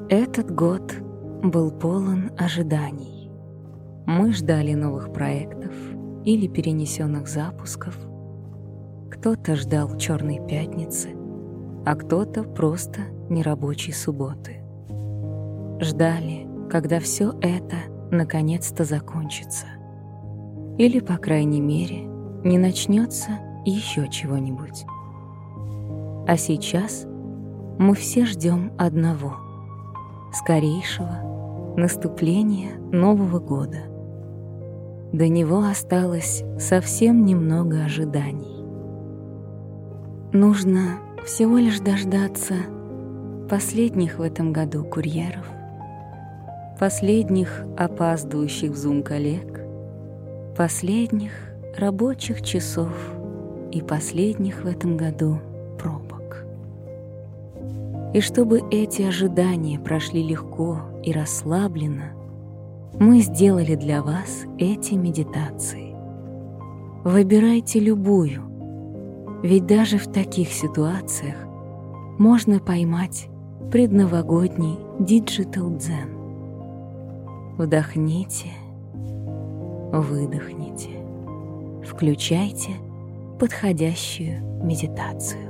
Этот год был полон ожиданий. Мы ждали новых проектов или перенесенных запусков. Кто-то ждал «Черной пятницы», а кто-то просто нерабочей субботы. Ждали, когда все это наконец-то закончится. Или, по крайней мере, не начнется еще чего-нибудь. А сейчас мы все ждем одного — скорейшего наступления Нового года. До него осталось совсем немного ожиданий. Нужно всего лишь дождаться последних в этом году курьеров, последних опаздывающих в Zoom коллег, последних рабочих часов и последних в этом году пробок. И чтобы эти ожидания прошли легко и расслабленно, мы сделали для вас эти медитации. Выбирайте любую, ведь даже в таких ситуациях можно поймать предновогодний Digital Zen. Вдохните, выдохните, включайте подходящую медитацию.